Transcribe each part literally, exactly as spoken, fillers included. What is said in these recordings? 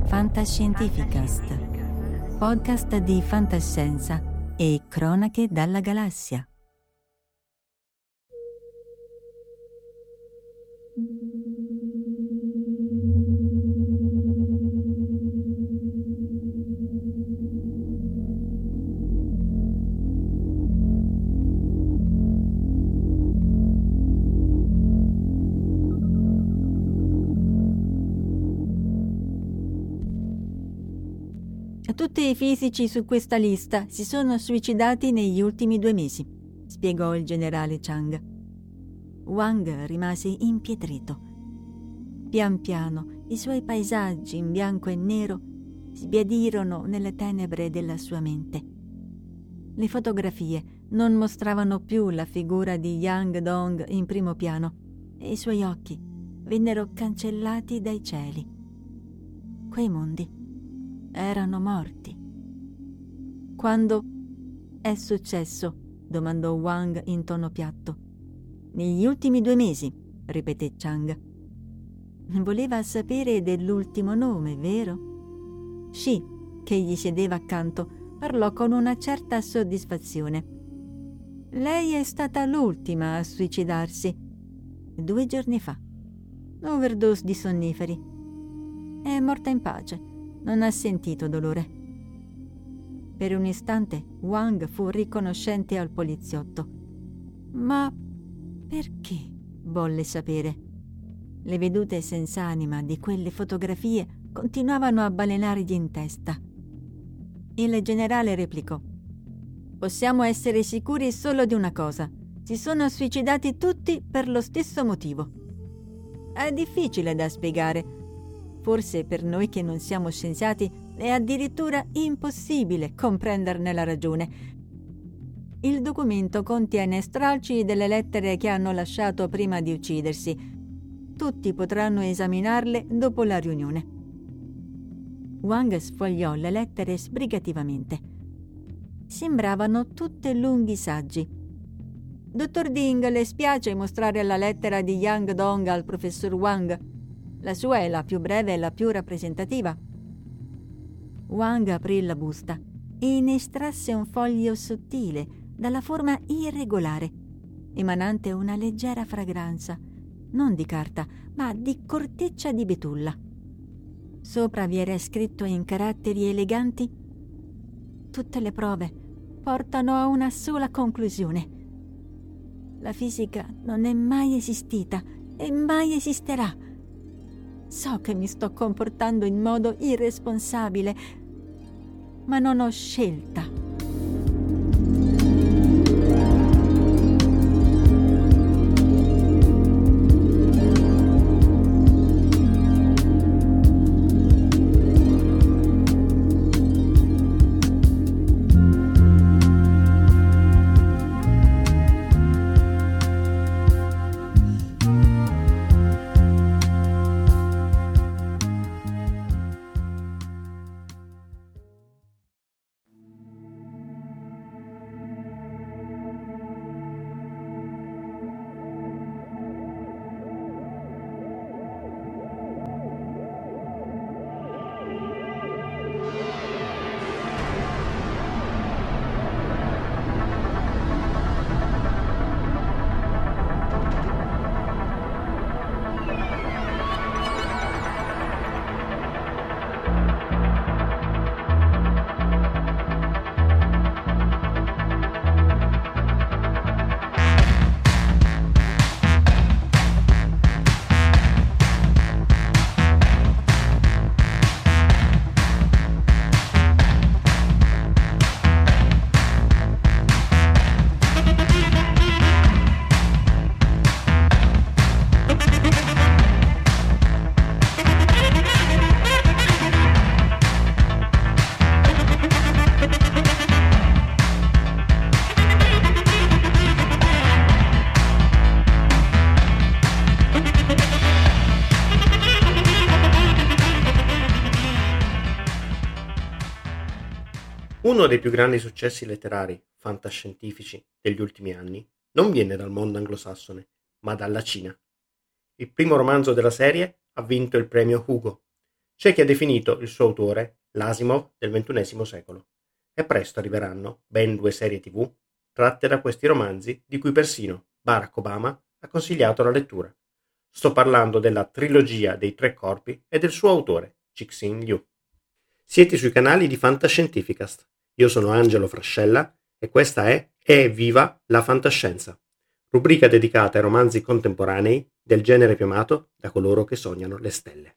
Fantascientificast, podcast di fantascienza e cronache dalla galassia. Tutti i fisici su questa lista si sono suicidati negli ultimi due mesi, spiegò il generale Chang. Wang rimase impietrito. Pian piano i suoi paesaggi in bianco e nero sbiadirono nelle tenebre della sua mente. Le fotografie non mostravano più la figura di Yang Dong in primo piano e i suoi occhi vennero cancellati dai cieli. Quei mondi erano morti. Quando è successo? Domandò Wang in tono piatto. Negli ultimi due mesi, ripeté Chang. Voleva sapere dell'ultimo nome, vero? Shi, che gli sedeva accanto, parlò con una certa soddisfazione. Lei è stata l'ultima a suicidarsi. Due giorni fa. Overdose di sonniferi. È morta in pace. Non ha sentito dolore. Per un istante Wang fu riconoscente al poliziotto. Ma perché? Volle sapere. Le vedute senz'anima di quelle fotografie continuavano a balenargli in testa. Il generale replicò: possiamo essere sicuri solo di una cosa. Si sono suicidati tutti per lo stesso motivo. È difficile da spiegare. Forse per noi che non siamo scienziati è addirittura impossibile comprenderne la ragione. Il documento contiene stralci delle lettere che hanno lasciato prima di uccidersi. Tutti potranno esaminarle dopo la riunione. Wang sfogliò le lettere sbrigativamente. Sembravano tutte lunghi saggi. Dottor Ding, le spiace mostrare la lettera di Yang Dong al professor Wang? La sua è la più breve e la più rappresentativa. Wang aprì la busta e ne estrasse un foglio sottile, dalla forma irregolare, emanante una leggera fragranza, non di carta, ma di corteccia di betulla. Sopra vi era scritto in caratteri eleganti: tutte le prove portano a una sola conclusione. La fisica non è mai esistita e mai esisterà. So che mi sto comportando in modo irresponsabile, ma non ho scelta. Uno dei più grandi successi letterari fantascientifici degli ultimi anni non viene dal mondo anglosassone, ma dalla Cina. Il primo romanzo della serie ha vinto il premio Hugo. C'è chi ha definito il suo autore l'Asimov del ventunesimo secolo, e presto arriveranno ben due serie tivù tratte da questi romanzi di cui persino Barack Obama ha consigliato la lettura. Sto parlando della trilogia dei tre corpi e del suo autore, Cixin Liu. Siete sui canali di Fantascientificast. Io sono Angelo Frascella e questa è E viva la fantascienza, rubrica dedicata ai romanzi contemporanei del genere più amato da coloro che sognano le stelle.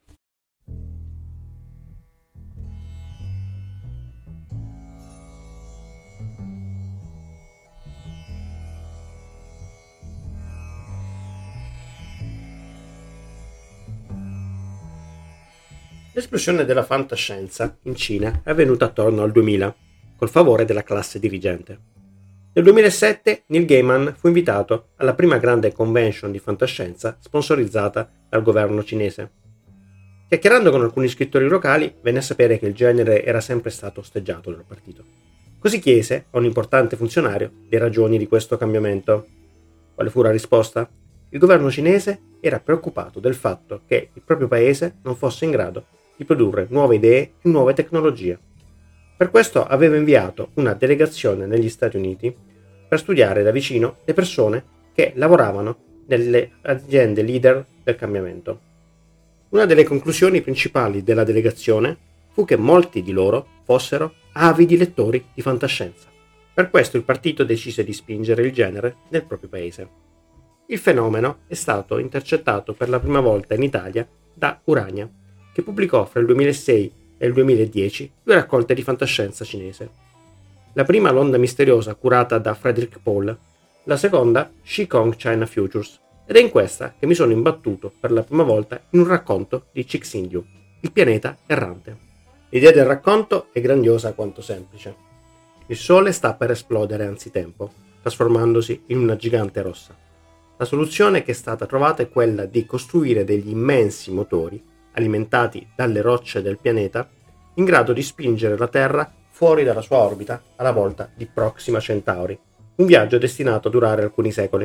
L'esplosione della fantascienza in Cina è avvenuta attorno al duemila, col favore della classe dirigente. Nel duemilasette Neil Gaiman fu invitato alla prima grande convention di fantascienza sponsorizzata dal governo cinese. Chiacchierando con alcuni scrittori locali, venne a sapere che il genere era sempre stato osteggiato dal partito. Così chiese a un importante funzionario le ragioni di questo cambiamento. Quale fu la risposta? Il governo cinese era preoccupato del fatto che il proprio paese non fosse in grado di produrre nuove idee e nuove tecnologie. Per questo aveva inviato una delegazione negli Stati Uniti per studiare da vicino le persone che lavoravano nelle aziende leader del cambiamento. Una delle conclusioni principali della delegazione fu che molti di loro fossero avidi lettori di fantascienza. Per questo il partito decise di spingere il genere nel proprio paese. Il fenomeno è stato intercettato per la prima volta in Italia da Urania, che pubblicò fra il duemilasei e il duemiladieci due raccolte di fantascienza cinese. La prima L'onda misteriosa curata da Frederick Paul, la seconda Shikong China Futures, ed è in questa che mi sono imbattuto per la prima volta in un racconto di Cixin Liu, il pianeta errante. L'idea del racconto è grandiosa quanto semplice. Il Sole sta per esplodere anzitempo, trasformandosi in una gigante rossa. La soluzione che è stata trovata è quella di costruire degli immensi motori alimentati dalle rocce del pianeta, in grado di spingere la Terra fuori dalla sua orbita alla volta di Proxima Centauri, un viaggio destinato a durare alcuni secoli.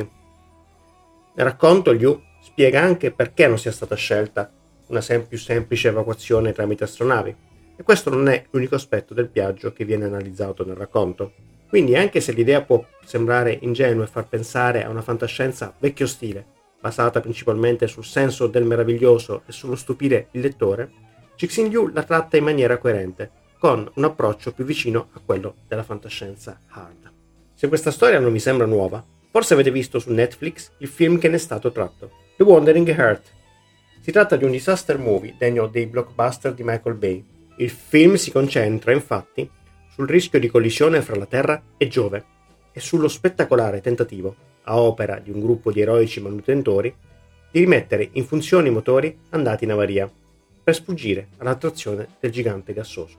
Nel racconto Liu spiega anche perché non sia stata scelta una sem- più semplice evacuazione tramite astronavi, e questo non è l'unico aspetto del viaggio che viene analizzato nel racconto. Quindi, anche se l'idea può sembrare ingenua e far pensare a una fantascienza vecchio stile, basata principalmente sul senso del meraviglioso e sullo stupire il lettore, Cixin Liu la tratta in maniera coerente, con un approccio più vicino a quello della fantascienza hard. Se questa storia non vi sembra nuova, forse avete visto su Netflix il film che ne è stato tratto, The Wandering Earth. Si tratta di un disaster movie degno dei blockbuster di Michael Bay. Il film si concentra, infatti, sul rischio di collisione fra la Terra e Giove e sullo spettacolare tentativo, a opera di un gruppo di eroici manutentori, di rimettere in funzione i motori andati in avaria per sfuggire all'attrazione del gigante gassoso.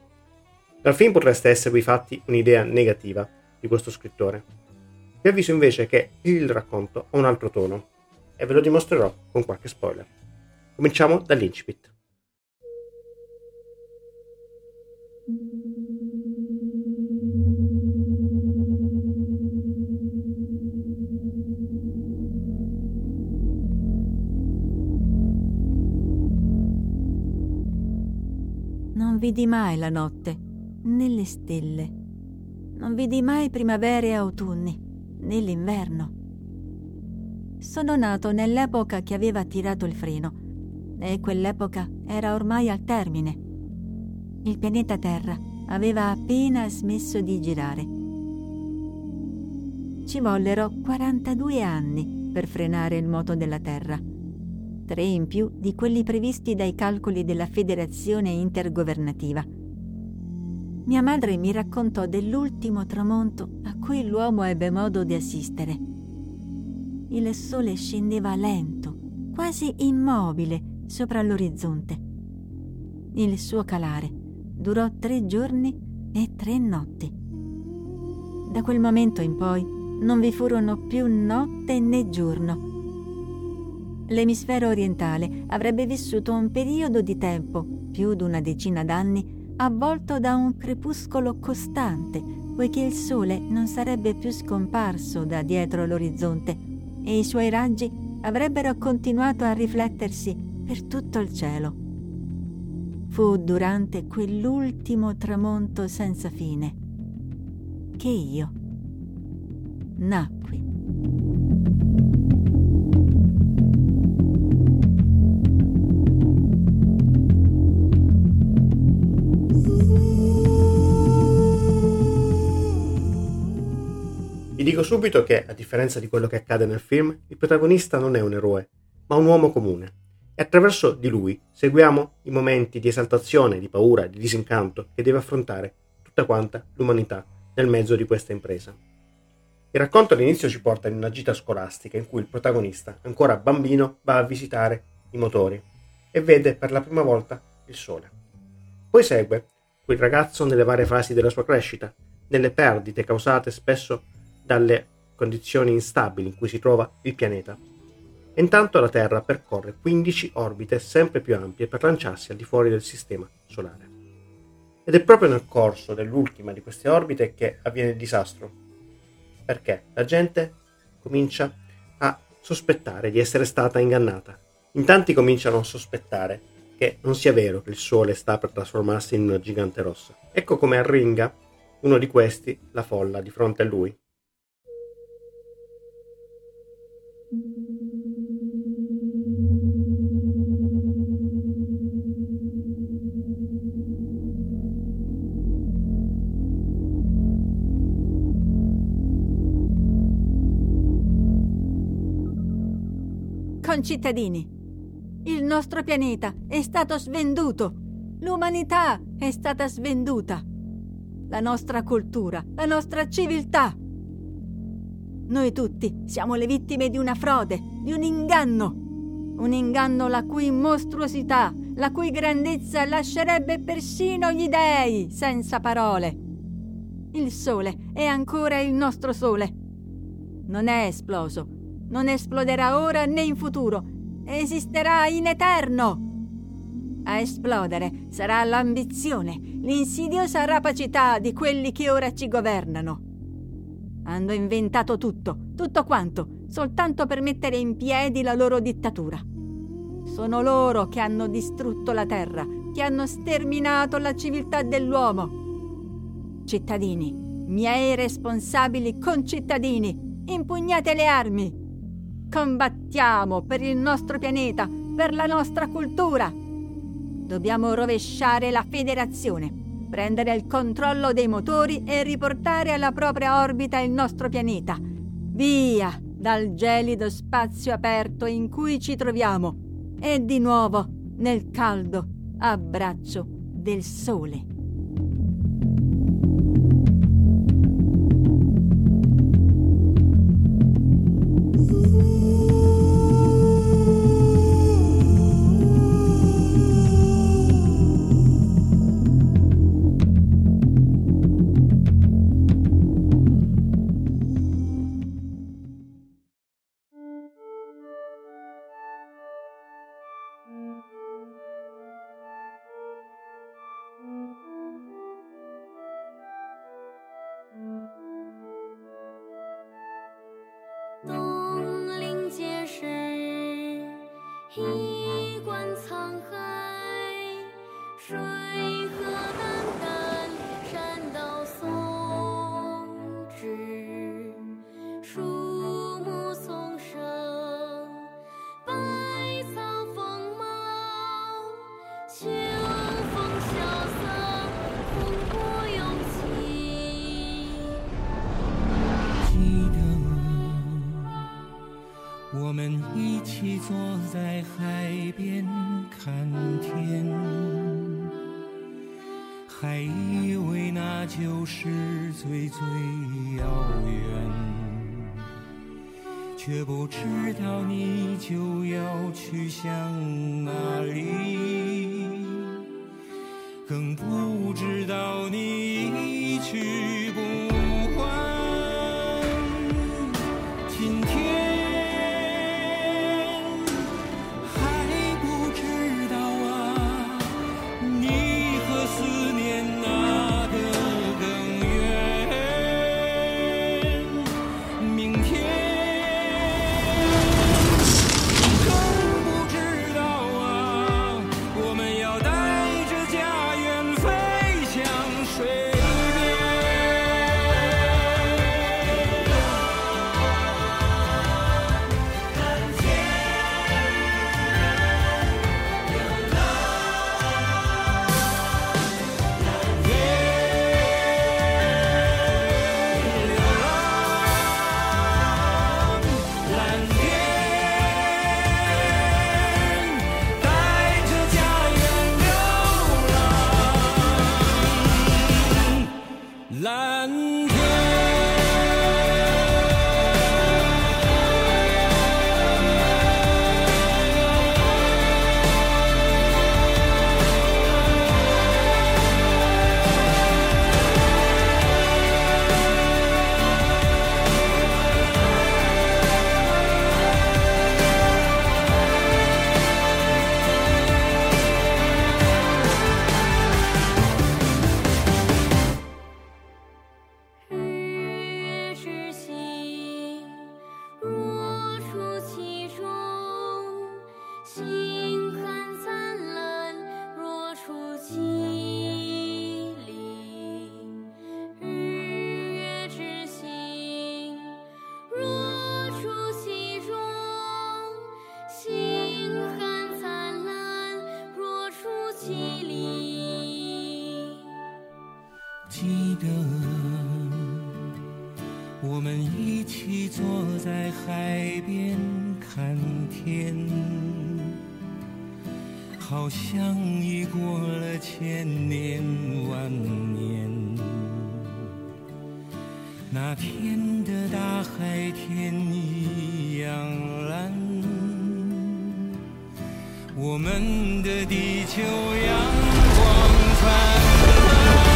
Dal film potreste esservi fatti un'idea negativa di questo scrittore. Vi avviso invece che il racconto ha un altro tono e ve lo dimostrerò con qualche spoiler. Cominciamo dall'incipit. Non vidi mai la notte, né le stelle. Non vidi mai primavere e autunni, né l'inverno. Sono nato nell'epoca che aveva tirato il freno, e quell'epoca era ormai al termine. Il pianeta Terra aveva appena smesso di girare. Ci vollero quarantadue anni per frenare il moto della Terra, tre in più di quelli previsti dai calcoli della Federazione Intergovernativa. Mia madre mi raccontò dell'ultimo tramonto a cui l'uomo ebbe modo di assistere. Il sole scendeva lento, quasi immobile, sopra l'orizzonte. Il suo calare durò tre giorni e tre notti. Da quel momento in poi non vi furono più notte né giorno. L'emisfero orientale avrebbe vissuto un periodo di tempo, più di una decina d'anni, avvolto da un crepuscolo costante, poiché il sole non sarebbe più scomparso da dietro l'orizzonte e i suoi raggi avrebbero continuato a riflettersi per tutto il cielo. Fu durante quell'ultimo tramonto senza fine che io nacqui. Vi dico subito che, a differenza di quello che accade nel film, il protagonista non è un eroe, ma un uomo comune. E attraverso di lui seguiamo i momenti di esaltazione, di paura, di disincanto che deve affrontare tutta quanta l'umanità nel mezzo di questa impresa. Il racconto all'inizio ci porta in una gita scolastica in cui il protagonista, ancora bambino, va a visitare i motori e vede per la prima volta il sole. Poi segue quel ragazzo nelle varie fasi della sua crescita, nelle perdite causate spesso dalle condizioni instabili in cui si trova il pianeta. E intanto la Terra percorre quindici orbite sempre più ampie per lanciarsi al di fuori del sistema solare. Ed è proprio nel corso dell'ultima di queste orbite che avviene il disastro, perché la gente comincia a sospettare di essere stata ingannata. In tanti cominciano a sospettare che non sia vero che il Sole sta per trasformarsi in una gigante rossa. Ecco come arringa uno di questi la folla di fronte a lui. Concittadini, il nostro pianeta è stato svenduto, l'umanità è stata svenduta, la nostra cultura, la nostra civiltà. Noi tutti siamo le vittime di una frode, di un inganno, un inganno la cui mostruosità, la cui grandezza lascerebbe persino gli dèi senza parole. Il Sole è ancora il nostro Sole. Non è esploso. Non esploderà ora né in futuro, esisterà in eterno. A esplodere sarà l'ambizione, l'insidiosa rapacità di quelli che ora ci governano. Hanno inventato tutto, tutto quanto, soltanto per mettere in piedi la loro dittatura. Sono loro che hanno distrutto la terra, che hanno sterminato la civiltà dell'uomo. Cittadini, miei responsabili concittadini, impugnate le armi. Combattiamo per il nostro pianeta, per la nostra cultura. Dobbiamo rovesciare la federazione, prendere il controllo dei motori e riportare alla propria orbita il nostro pianeta. Via dal gelido spazio aperto in cui ci troviamo e di nuovo nel caldo abbraccio del Sole. 在海边看天，好像已过了千年万年。那天的大海天一样蓝，我们的地球阳光灿烂。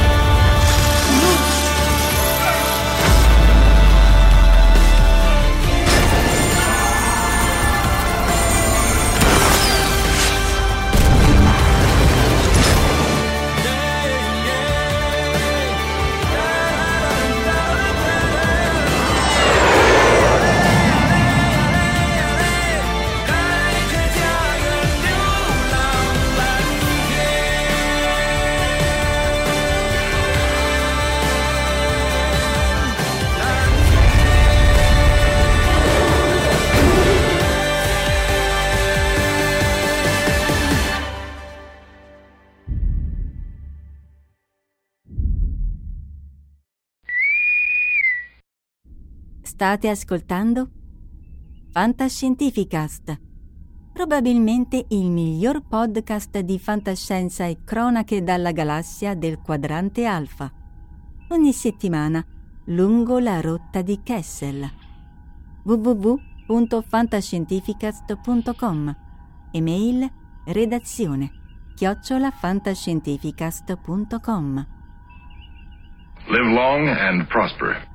State ascoltando Fantascientificast, probabilmente il miglior podcast di fantascienza e cronache dalla galassia del quadrante alfa. Ogni settimana lungo la rotta di Kessel. w w w punto fantascientificast punto com. Email redazione chiocciola fantascientificast punto com. Live long and prosper.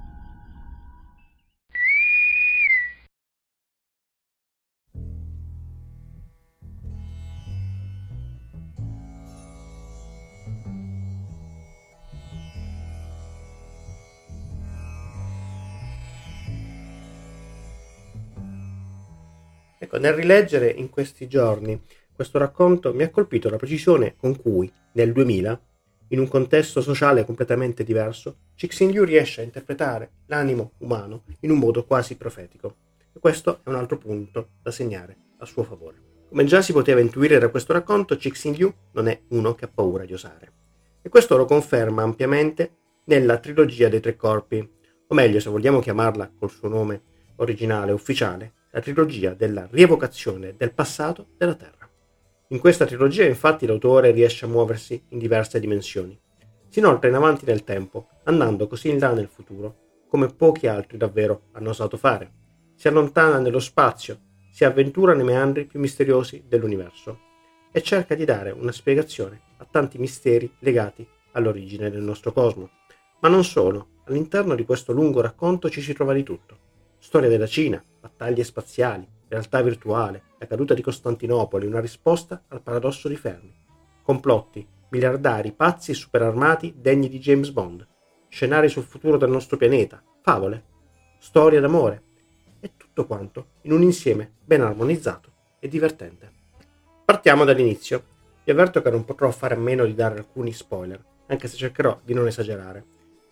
Ecco, nel rileggere in questi giorni questo racconto mi ha colpito la precisione con cui, nel duemila, in un contesto sociale completamente diverso, Cixin Liu riesce a interpretare l'animo umano in un modo quasi profetico. E questo è un altro punto da segnare a suo favore. Come già si poteva intuire da questo racconto, Cixin Liu non è uno che ha paura di osare. E questo lo conferma ampiamente nella trilogia dei tre corpi, o meglio, se vogliamo chiamarla col suo nome originale ufficiale, la trilogia della rievocazione del passato della Terra. In questa trilogia, infatti, l'autore riesce a muoversi in diverse dimensioni. Si inoltra in avanti nel tempo, andando così in là nel futuro, come pochi altri davvero hanno osato fare. Si allontana nello spazio, si avventura nei meandri più misteriosi dell'universo e cerca di dare una spiegazione a tanti misteri legati all'origine del nostro cosmo. Ma non solo, all'interno di questo lungo racconto ci si trova di tutto. Storia della Cina, battaglie spaziali, realtà virtuale, la caduta di Costantinopoli, una risposta al paradosso di Fermi, complotti, miliardari, pazzi e superarmati degni di James Bond, scenari sul futuro del nostro pianeta, favole, storie d'amore e tutto quanto in un insieme ben armonizzato e divertente. Partiamo dall'inizio. Vi avverto che non potrò fare a meno di dare alcuni spoiler, anche se cercherò di non esagerare.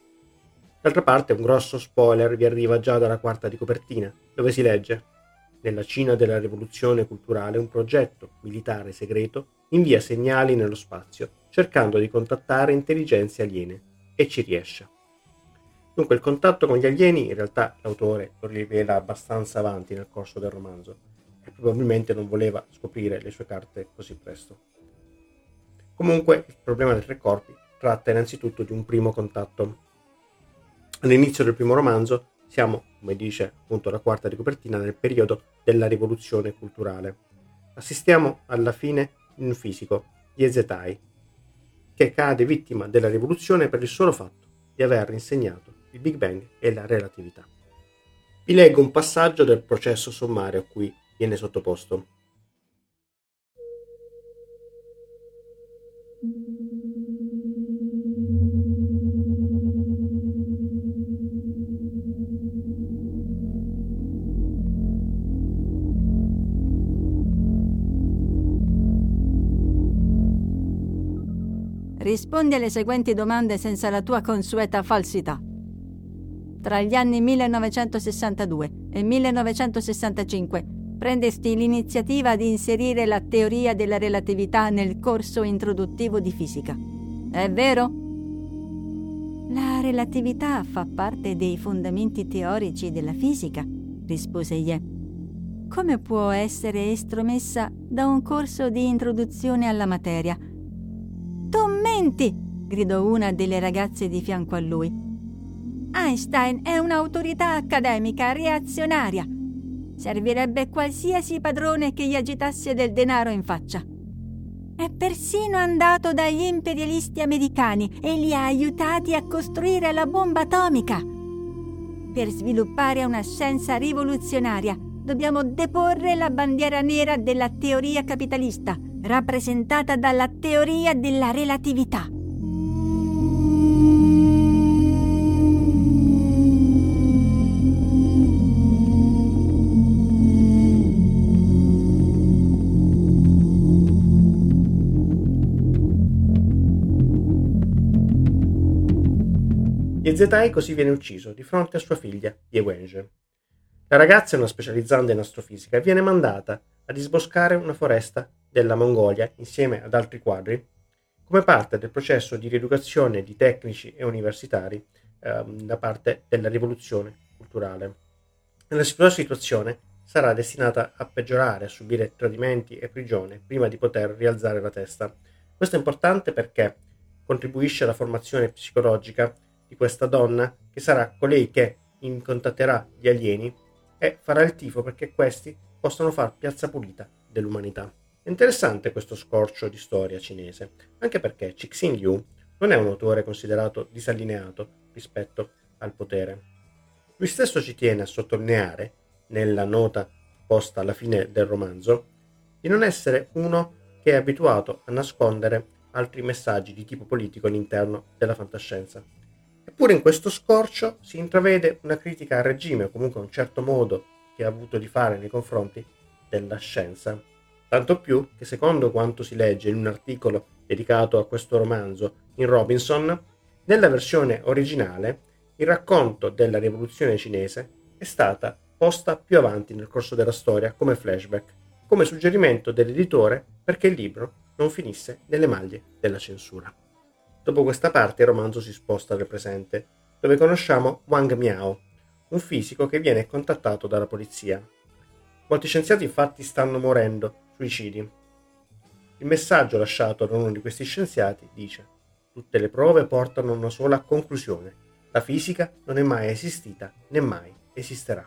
D'altra parte, un grosso spoiler vi arriva già dalla quarta di copertina, dove si legge: nella Cina della rivoluzione culturale un progetto militare segreto invia segnali nello spazio, cercando di contattare intelligenze aliene, e ci riesce. Dunque il contatto con gli alieni in realtà l'autore lo rivela abbastanza avanti nel corso del romanzo, e probabilmente non voleva scoprire le sue carte così presto. Comunque il problema dei tre corpi tratta innanzitutto di un primo contatto. All'inizio del primo romanzo siamo, come dice appunto la quarta di copertina, nel periodo della rivoluzione culturale. Assistiamo alla fine di un fisico, Yezetai, che cade vittima della rivoluzione per il solo fatto di aver insegnato il Big Bang e la relatività. Vi leggo un passaggio del processo sommario a cui viene sottoposto. Rispondi alle seguenti domande senza la tua consueta falsità. Tra gli anni millenovecentosessantadue e millenovecentosessantacinque prendesti l'iniziativa di inserire la teoria della relatività nel corso introduttivo di fisica. È vero? La La relatività fa parte dei fondamenti teorici della fisica, rispose Ye. Come può essere estromessa da un corso di introduzione alla materia? Tu menti! Gridò una delle ragazze di fianco a lui. Einstein è un'autorità accademica reazionaria. Servirebbe qualsiasi padrone che gli agitasse del denaro in faccia. È persino andato dagli imperialisti americani e li ha aiutati a costruire la bomba atomica. Per sviluppare una scienza rivoluzionaria dobbiamo deporre la bandiera nera della teoria capitalista, rappresentata dalla teoria della relatività. Ye Zhetai così viene ucciso di fronte a sua figlia Ye Wenzhe. La ragazza è una specializzanda in astrofisica e viene mandata a disboscare una foresta della Mongolia insieme ad altri quadri come parte del processo di rieducazione di tecnici e universitari ehm, da parte della rivoluzione culturale. Nella sua situazione sarà destinata a peggiorare, a subire tradimenti e prigione prima di poter rialzare la testa. Questo è importante perché contribuisce alla formazione psicologica di questa donna, che sarà colei che incontatterà gli alieni e farà il tifo perché questi possano far piazza pulita dell'umanità. È interessante questo scorcio di storia cinese, anche perché Cixin Liu non è un autore considerato disallineato rispetto al potere. Lui stesso ci tiene a sottolineare, nella nota posta alla fine del romanzo, di non essere uno che è abituato a nascondere altri messaggi di tipo politico all'interno della fantascienza. Eppure in questo scorcio si intravede una critica al regime, o comunque un certo modo che ha avuto di fare nei confronti della scienza. Tanto più che, secondo quanto si legge in un articolo dedicato a questo romanzo in Robinson, nella versione originale il racconto della rivoluzione cinese è stata posta più avanti nel corso della storia come flashback, come suggerimento dell'editore perché il libro non finisse nelle maglie della censura. Dopo questa parte il romanzo si sposta nel presente, dove conosciamo Wang Miao, un fisico che viene contattato dalla polizia. Molti scienziati infatti stanno morendo suicidi. Il messaggio lasciato da uno di questi scienziati dice: tutte le prove portano a una sola conclusione: la fisica non è mai esistita né mai esisterà.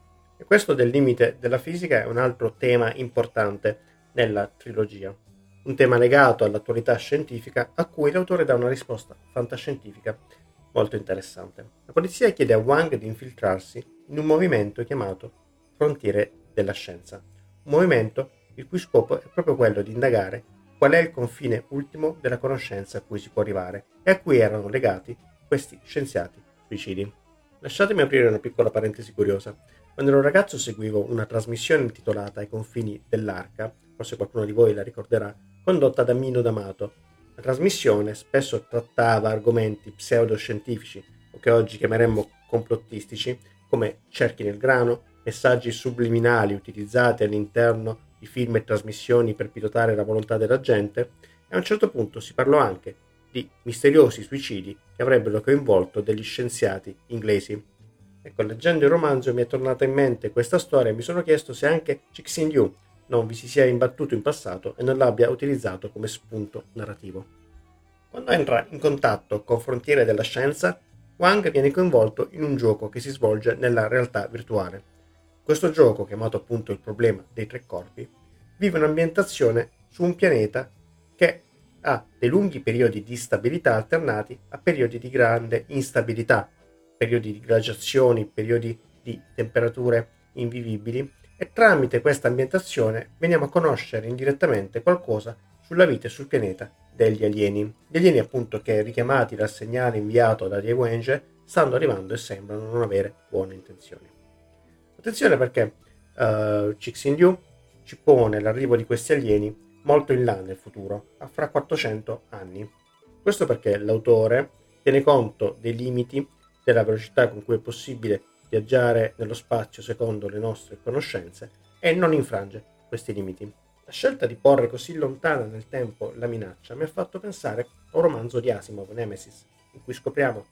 E questo del limite della fisica è un altro tema importante nella trilogia. Un tema legato all'attualità scientifica a cui l'autore dà una risposta fantascientifica molto interessante. La polizia chiede a Wang di infiltrarsi in un movimento chiamato Frontiere della Scienza, un movimento il cui scopo è proprio quello di indagare qual è il confine ultimo della conoscenza a cui si può arrivare e a cui erano legati questi scienziati suicidi. Lasciatemi aprire una piccola parentesi curiosa. Quando ero ragazzo seguivo una trasmissione intitolata Ai confini dell'Arca, forse qualcuno di voi la ricorderà, condotta da Mino D'Amato. La trasmissione spesso trattava argomenti pseudoscientifici, o che oggi chiameremmo complottistici, come cerchi nel grano, messaggi subliminali utilizzati all'interno di film e trasmissioni per pilotare la volontà della gente, e a un certo punto si parlò anche di misteriosi suicidi che avrebbero coinvolto degli scienziati inglesi. Ecco, leggendo il romanzo mi è tornata in mente questa storia e mi sono chiesto se anche Cixin Liu non vi si sia imbattuto in passato e non l'abbia utilizzato come spunto narrativo. Quando entra in contatto con Frontiere della Scienza, Wang viene coinvolto in un gioco che si svolge nella realtà virtuale. Questo gioco, chiamato appunto il problema dei tre corpi, vive un'ambientazione su un pianeta che ha dei lunghi periodi di stabilità alternati a periodi di grande instabilità, periodi di glaciazioni, periodi di temperature invivibili, e tramite questa ambientazione veniamo a conoscere indirettamente qualcosa sulla vita e sul pianeta degli alieni. Gli alieni appunto che, richiamati dal segnale inviato da Ye Wenzhe, stanno arrivando e sembrano non avere buone intenzioni. Attenzione perché uh, Cixin Liu ci pone l'arrivo di questi alieni molto in là nel futuro, a fra quattrocento anni. Questo perché l'autore tiene conto dei limiti della velocità con cui è possibile viaggiare nello spazio secondo le nostre conoscenze e non infrange questi limiti. La scelta di porre così lontana nel tempo la minaccia mi ha fatto pensare a un romanzo di Asimov, Nemesis, in cui scopriamo che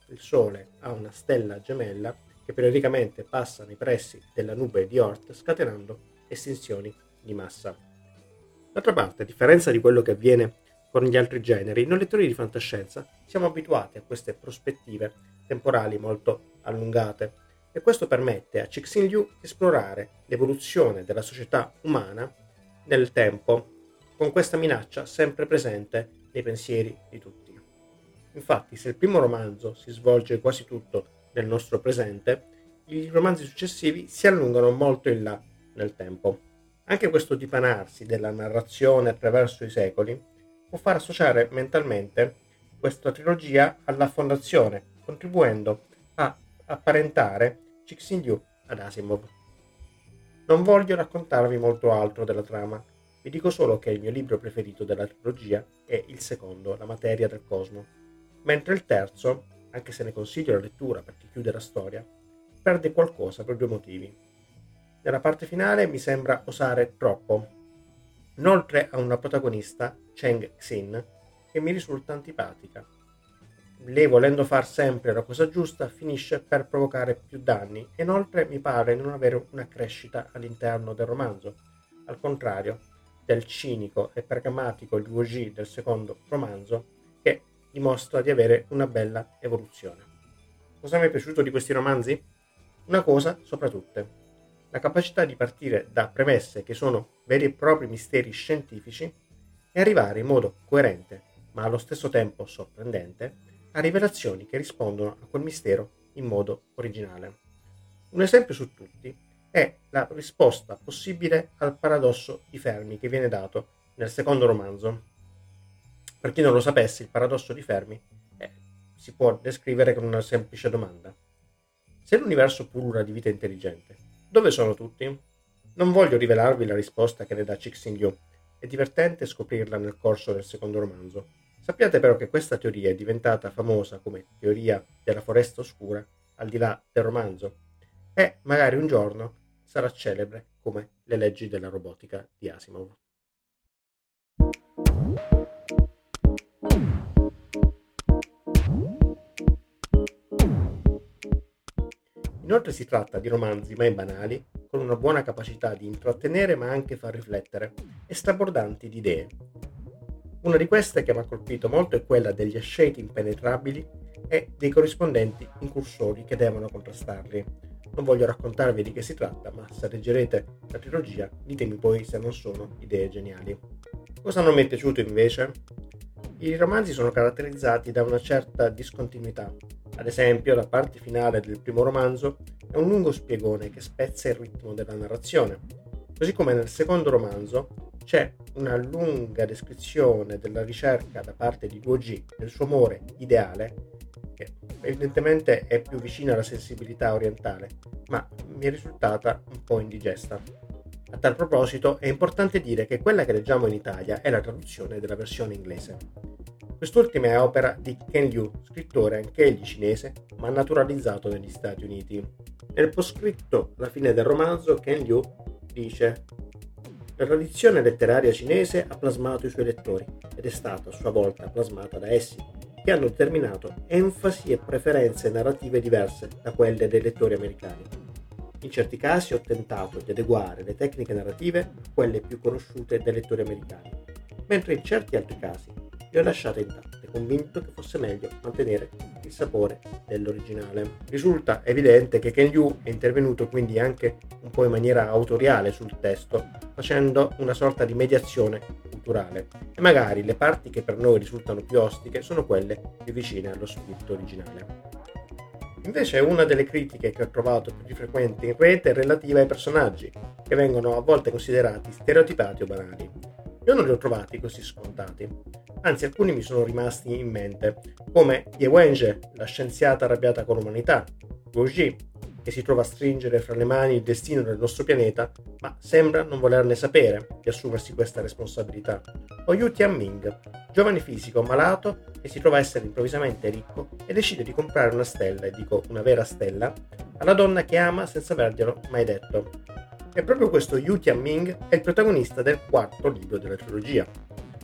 il Sole ha una stella gemella che periodicamente passa nei pressi della nube di Oort, scatenando estinzioni di massa. D'altra parte, a differenza di quello che avviene con gli altri generi, noi lettori di fantascienza siamo abituati a queste prospettive temporali molto allungate e questo permette a Cixin Liu di esplorare l'evoluzione della società umana nel tempo, con questa minaccia sempre presente nei pensieri di tutti. Infatti, se il primo romanzo si svolge quasi tutto nel nostro presente, i romanzi successivi si allungano molto in là nel tempo. Anche questo dipanarsi della narrazione attraverso i secoli può far associare mentalmente questa trilogia alla Fondazione, contribuendo a apparentare Cixin Liu ad Asimov. Non voglio raccontarvi molto altro della trama, vi dico solo che il mio libro preferito della trilogia è il secondo, La materia del cosmo, mentre il terzo, anche se ne consiglio la lettura perché chiude la storia, perde qualcosa per due motivi. Nella parte finale mi sembra osare troppo, inoltre ha una protagonista, Cheng Xin, che mi risulta antipatica. Lei, volendo far sempre la cosa giusta, finisce per provocare più danni e inoltre mi pare non avere una crescita all'interno del romanzo, al contrario del cinico e pragmatico Luo Ji del secondo romanzo, che dimostra di avere una bella evoluzione. Cosa mi è piaciuto di questi romanzi? Una cosa sopra tutte: la capacità di partire da premesse che sono veri e propri misteri scientifici e arrivare in modo coerente, ma allo stesso tempo sorprendente, a rivelazioni che rispondono a quel mistero in modo originale. Un esempio su tutti è la risposta possibile al paradosso di Fermi che viene dato nel secondo romanzo. Per chi non lo sapesse, il paradosso di Fermi eh, si può descrivere con una semplice domanda: se l'universo pullula di vita intelligente, dove sono tutti? Non voglio rivelarvi la risposta che ne dà Cixin Liu, è divertente scoprirla nel corso del secondo romanzo. Sappiate però che questa teoria è diventata famosa come teoria della foresta oscura al di là del romanzo e magari un giorno sarà celebre come le leggi della robotica di Asimov. Inoltre si tratta di romanzi mai banali, con una buona capacità di intrattenere ma anche far riflettere, e strabordanti di idee. Una di queste che mi ha colpito molto è quella degli asceti impenetrabili e dei corrispondenti incursori che devono contrastarli. Non voglio raccontarvi di che si tratta, ma se leggerete la trilogia ditemi poi se non sono idee geniali. Cosa non mi è piaciuto invece? I romanzi sono caratterizzati da una certa discontinuità. Ad esempio, la parte finale del primo romanzo è un lungo spiegone che spezza il ritmo della narrazione, così come nel secondo romanzo c'è una lunga descrizione della ricerca da parte di Luo Ji del suo amore ideale, che evidentemente è più vicina alla sensibilità orientale, ma mi è risultata un po' indigesta. A tal proposito è importante dire che quella che leggiamo in Italia è la traduzione della versione inglese. Quest'ultima è opera di Ken Liu, scrittore anch'egli cinese, ma naturalizzato negli Stati Uniti. Nel poscritto alla fine del romanzo Ken Liu dice: la tradizione letteraria cinese ha plasmato i suoi lettori ed è stata a sua volta plasmata da essi, che hanno determinato enfasi e preferenze narrative diverse da quelle dei lettori americani. In certi casi ho tentato di adeguare le tecniche narrative a quelle più conosciute dai lettori americani, mentre in certi altri casi le ho lasciate intatte, convinto che fosse meglio mantenere il sapore dell'originale. Risulta evidente che Ken Liu è intervenuto quindi anche un po' in maniera autoriale sul testo, facendo una sorta di mediazione culturale, e magari le parti che per noi risultano più ostiche sono quelle più vicine allo spirito originale. Invece una delle critiche che ho trovato più frequenti in rete è relativa ai personaggi, che vengono a volte considerati stereotipati o banali. Io non li ho trovati così scontati, anzi alcuni mi sono rimasti in mente, come Ye Wenjie, la scienziata arrabbiata con l'umanità, Luo Ji, che si trova a stringere fra le mani il destino del nostro pianeta, ma sembra non volerne sapere di assumersi questa responsabilità, o Yu Tianming, giovane fisico malato che si trova a essere improvvisamente ricco e decide di comprare una stella, e dico una vera stella, alla donna che ama senza averglielo mai detto. E proprio questo Yu Tianming è il protagonista del quarto libro della trilogia.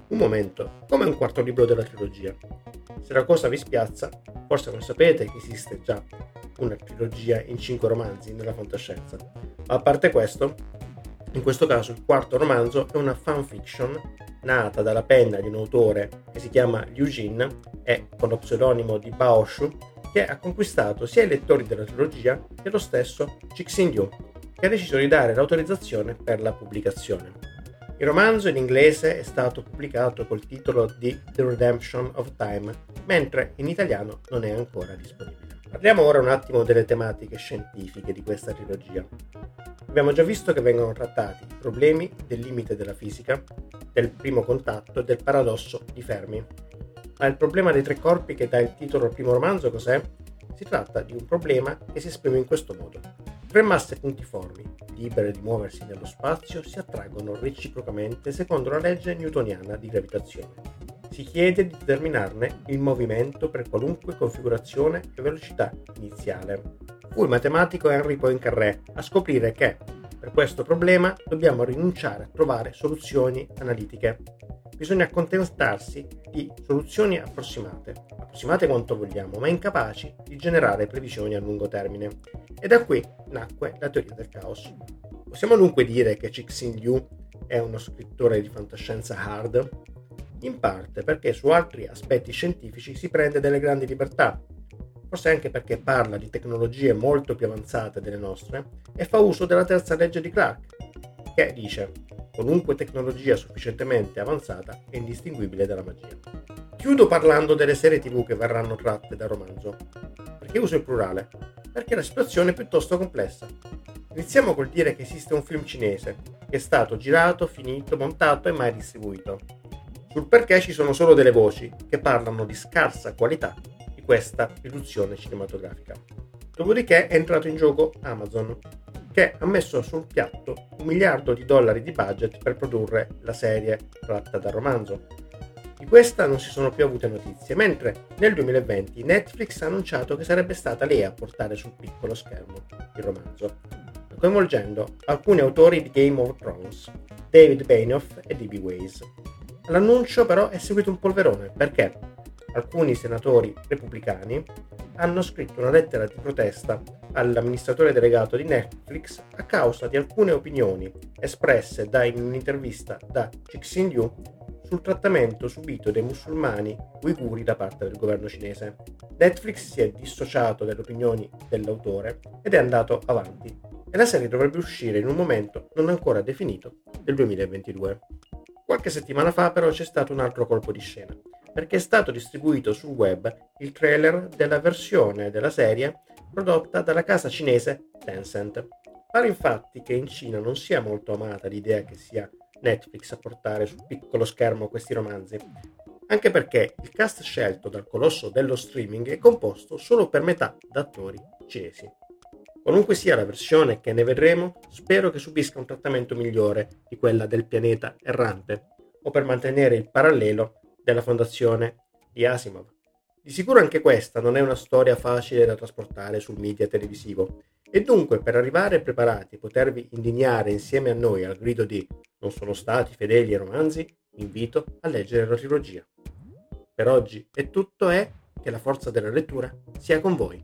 Un momento, come un quarto libro della trilogia. Se la cosa vi spiazza, forse non sapete che esiste già una trilogia in cinque romanzi nella fantascienza. Ma a parte questo, in questo caso il quarto romanzo è una fanfiction nata dalla penna di un autore che si chiama Liu Jin e con lo pseudonimo di Bao Shu, che ha conquistato sia i lettori della trilogia che lo stesso Cixin Liu, che ha deciso di dare l'autorizzazione per la pubblicazione. Il romanzo in inglese è stato pubblicato col titolo di The Redemption of Time, mentre in italiano non è ancora disponibile. Parliamo ora un attimo delle tematiche scientifiche di questa trilogia. Abbiamo già visto che vengono trattati i problemi del limite della fisica, del primo contatto e del paradosso di Fermi. Ma il problema dei tre corpi che dà il titolo al primo romanzo cos'è? Si tratta di un problema che si esprime in questo modo. Tre masse puntiformi, libere di muoversi nello spazio, si attraggono reciprocamente secondo la legge newtoniana di gravitazione. Si chiede di determinarne il movimento per qualunque configurazione e velocità iniziale. Fu il matematico Henri Poincaré a scoprire che, per questo problema, dobbiamo rinunciare a trovare soluzioni analitiche. Bisogna accontentarsi di soluzioni approssimate, approssimate quanto vogliamo, ma incapaci di generare previsioni a lungo termine. E da qui nacque la teoria del caos. Possiamo dunque dire che Cixin Liu è uno scrittore di fantascienza hard? In parte perché su altri aspetti scientifici si prende delle grandi libertà, forse anche perché parla di tecnologie molto più avanzate delle nostre e fa uso della terza legge di Clarke, che dice: qualunque tecnologia sufficientemente avanzata è indistinguibile dalla magia. Chiudo parlando delle serie tivù che verranno tratte dal romanzo. Perché uso il plurale? Perché la situazione è piuttosto complessa. Iniziamo col dire che esiste un film cinese che è stato girato, finito, montato e mai distribuito. Sul perché ci sono solo delle voci che parlano di scarsa qualità di questa produzione cinematografica. Dopodiché è entrato in gioco Amazon, che ha messo sul piatto un miliardo di dollari di budget per produrre la serie tratta dal romanzo. Di questa non si sono più avute notizie, mentre nel duemilaventi Netflix ha annunciato che sarebbe stata lei a portare sul piccolo schermo il romanzo, coinvolgendo alcuni autori di Game of Thrones, David Benioff e D B Weiss. All'annuncio però è seguito un polverone, perché alcuni senatori repubblicani hanno scritto una lettera di protesta all'amministratore delegato di Netflix a causa di alcune opinioni espresse da, in un'intervista da Cixin Liu sul trattamento subito dai musulmani uiguri da parte del governo cinese. Netflix si è dissociato dalle opinioni dell'autore ed è andato avanti, e la serie dovrebbe uscire in un momento non ancora definito del duemilaventidue. Qualche settimana fa però c'è stato un altro colpo di scena, perché è stato distribuito sul web il trailer della versione della serie prodotta dalla casa cinese Tencent. Pare infatti che in Cina non sia molto amata l'idea che sia Netflix a portare sul piccolo schermo questi romanzi, anche perché il cast scelto dal colosso dello streaming è composto solo per metà da attori cinesi. Qualunque sia la versione che ne vedremo, spero che subisca un trattamento migliore di quella del pianeta errante, o per mantenere il parallelo della fondazione di Asimov. Di sicuro anche questa non è una storia facile da trasportare sul media televisivo, e dunque per arrivare preparati e potervi indignare insieme a noi al grido di "non sono stati fedeli ai romanzi", vi invito a leggere la trilogia. Per oggi è tutto e che la forza della lettura sia con voi.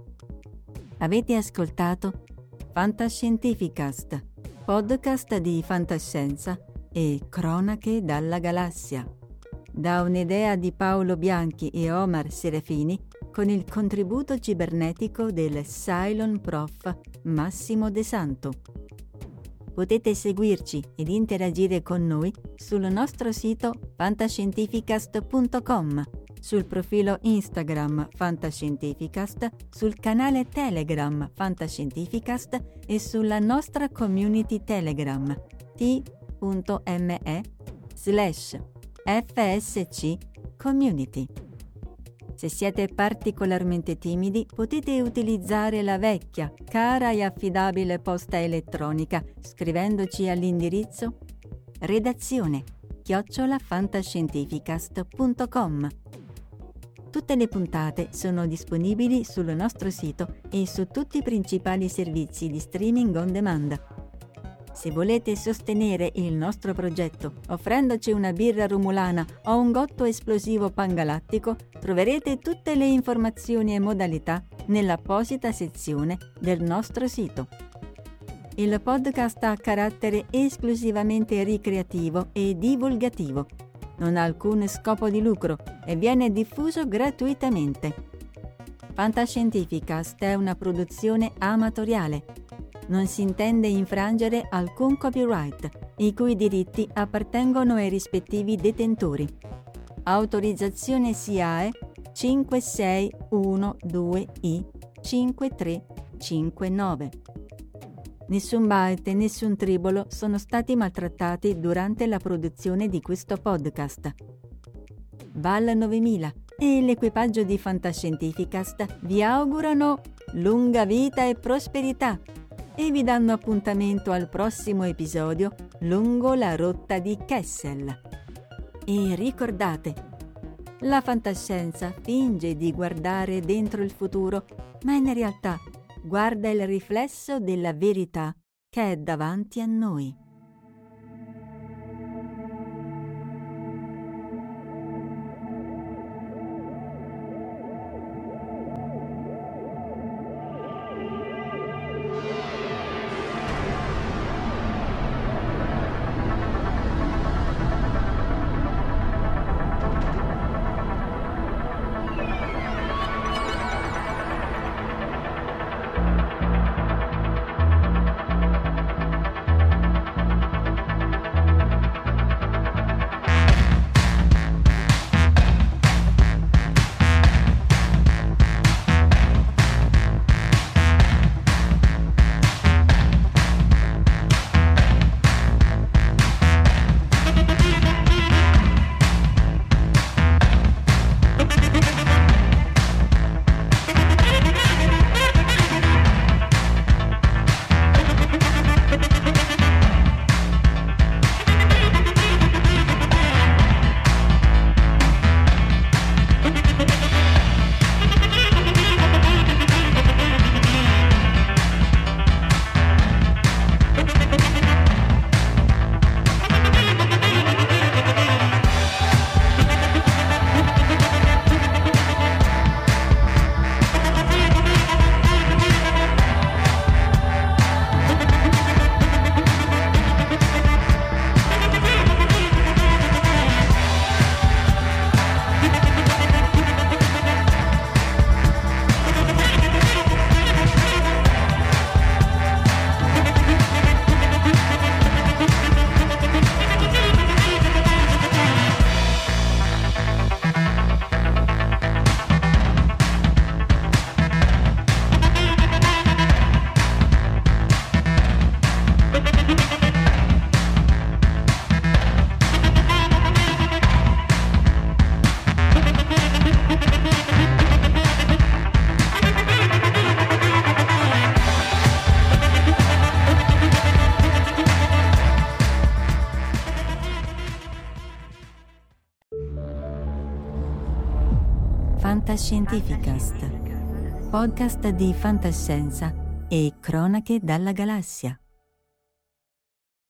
Avete ascoltato Fantascientificast, podcast di fantascienza e cronache dalla galassia. Da un'idea di Paolo Bianchi e Omar Serafini, con il contributo cibernetico del Cylon Prof Massimo De Santo. Potete seguirci ed interagire con noi sul nostro sito fantascientificast punto com, sul profilo Instagram Fantascientificast, sul canale Telegram Fantascientificast e sulla nostra community Telegram t.me slash fsc community. Se siete particolarmente timidi, potete utilizzare la vecchia, cara e affidabile posta elettronica scrivendoci all'indirizzo redazione chiocciola fantascientificast punto com. Tutte le puntate sono disponibili sul nostro sito e su tutti i principali servizi di streaming on demand. Se volete sostenere il nostro progetto offrendoci una birra rumulana o un gotto esplosivo pangalattico, troverete tutte le informazioni e modalità nell'apposita sezione del nostro sito. Il podcast ha carattere esclusivamente ricreativo e divulgativo. Non ha alcun scopo di lucro e viene diffuso gratuitamente. Fantascientificast è una produzione amatoriale. Non si intende infrangere alcun copyright, i cui diritti appartengono ai rispettivi detentori. Autorizzazione S I A E cinque sei uno due I cinque tre cinque nove. Nessun byte e nessun tribolo sono stati maltrattati durante la produzione di questo podcast. Val novemila e l'equipaggio di Fantascientificast vi augurano lunga vita e prosperità e vi danno appuntamento al prossimo episodio lungo la rotta di Kessel. E ricordate, la fantascienza finge di guardare dentro il futuro, ma in realtà guarda il riflesso della verità che è davanti a noi. Fantascientificast, podcast di fantascienza e cronache dalla galassia.